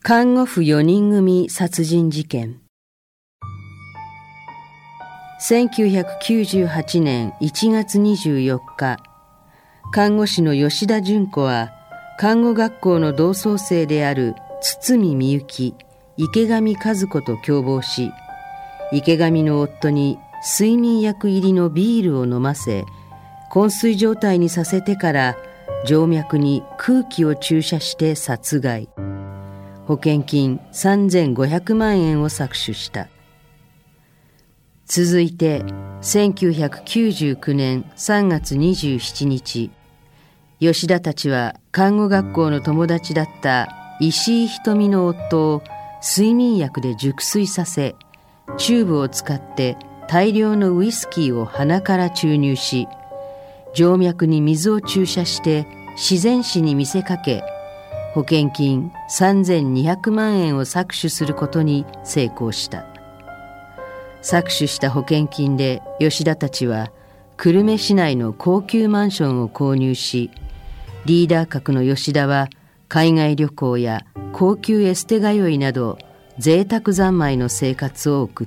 看護婦4人組殺人事件。1998年1月24日、看護師の吉田純子は看護学校の同窓生である堤みゆき、池上和子と共謀し、池上の夫に睡眠薬入りのビールを飲ませ、昏睡状態にさせてから静脈に空気を注射して殺害。保険金3500万円を搾取した。続いて1999年3月27日、吉田たちは看護学校の友達だった石井瞳の夫を睡眠薬で熟睡させ、チューブを使って大量のウイスキーを鼻から注入し、静脈に水を注射して自然死に見せかけ、保険金3200万円を搾取することに成功した。搾取した保険金で吉田たちは久留米市内の高級マンションを購入し、リーダー格の吉田は海外旅行や高級エステ通いなど贅沢三昧の生活を送った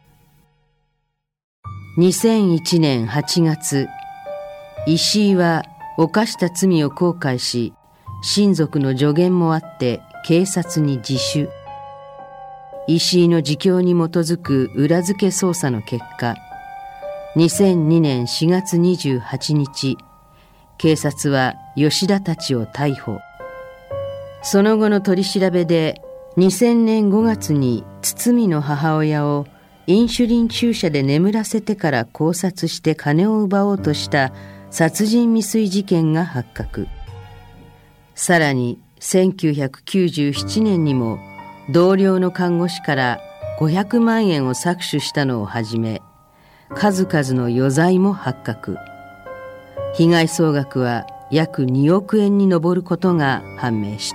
。2001年8月、石井は犯した罪を後悔し、親族の助言もあって警察に自首。石井の自供に基づく裏付け捜査の結果、2002年4月28日、警察は吉田たちを逮捕。その後の取り調べで、2000年5月に堤の母親をインシュリン注射で眠らせてから絞殺して金を奪おうとした殺人未遂事件が発覚。さらに1997年にも同僚の看護師から500万円を搾取したのをはじめ、数々の余罪も発覚。被害総額は約2億円に上ることが判明した。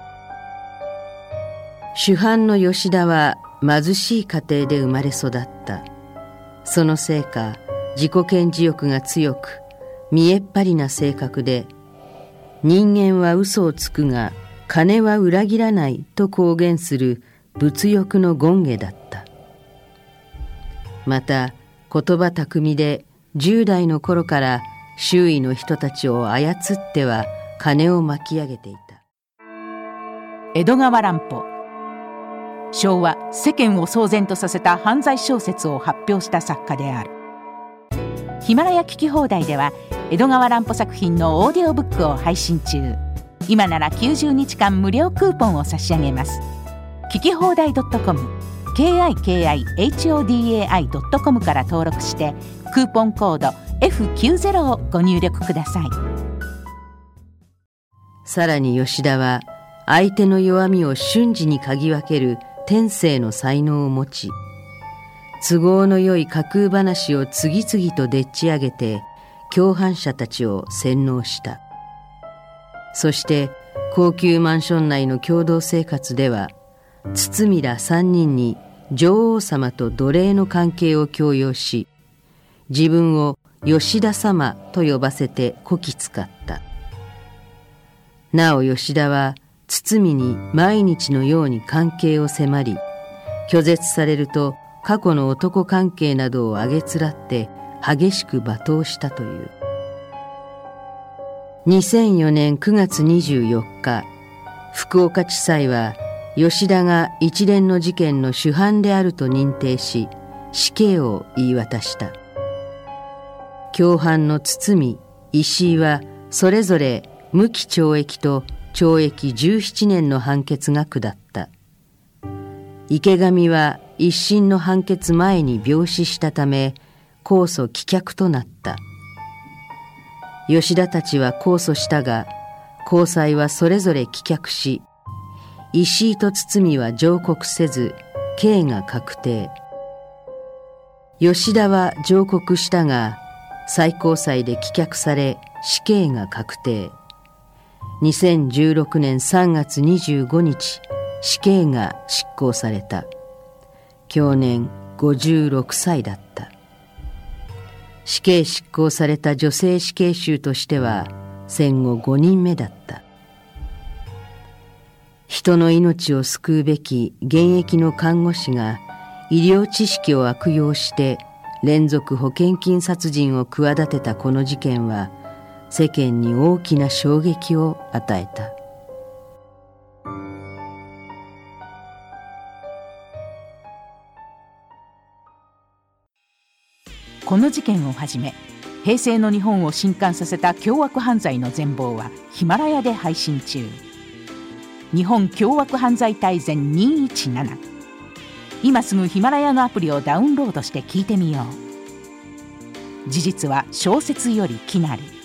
主犯の吉田は貧しい家庭で生まれ育った。そのせいか自己顕示欲が強く、見えっ張りな性格で、人間は嘘をつくが金は裏切らないと公言する物欲の権下だった。また言葉巧みで10代の頃から周囲の人たちを操っては金を巻き上げていた。 江戸川乱歩。昭和、世間を騒然とさせた犯罪小説を発表した作家である。ヒマラヤ聞き放題では江戸川乱歩作品のオーディオブックを配信中。今なら90日間無料クーポンを差し上げます。聞き放題 .com、 kikihodai.com から登録してクーポンコード F90 をご入力ください。 さらに吉田は相手の弱みを瞬時に嗅ぎ分ける天性の才能を持ち、都合の良い架空話を次々とでっち上げて共犯者たちを洗脳した。そして高級マンション内の共同生活では、堤ら3人に女王様と奴隷の関係を強要し、自分を吉田様と呼ばせてこき使った。なお吉田は堤に毎日のように関係を迫り、拒絶されると過去の男関係などを挙げつらって激しく罵倒したという。2004年9月24日、福岡地裁は吉田が一連の事件の主犯であると認定し、死刑を言い渡した。共犯の堤、石井はそれぞれ無期懲役と懲役17年の判決が下った。池上は一審の判決前に病死したため控訴棄却となった。吉田たちは控訴したが、高裁はそれぞれ棄却し、石井と堤は上告せず刑が確定。吉田は上告したが最高裁で棄却され死刑が確定。2016年3月25日、死刑が執行された。享年56歳だった。死刑執行された女性死刑囚としては戦後5人目だった。 人の命を救うべき現役の看護師が医療知識を悪用して連続保険金殺人を企てたこの事件は世間に大きな衝撃を与えた。 この事件をはじめ、平成の日本を震撼させた凶悪犯罪の全貌はヒマラヤで配信中。日本凶悪犯罪大全217。今すぐヒマラヤのアプリをダウンロードして聞いてみよう。事実は小説より奇なり。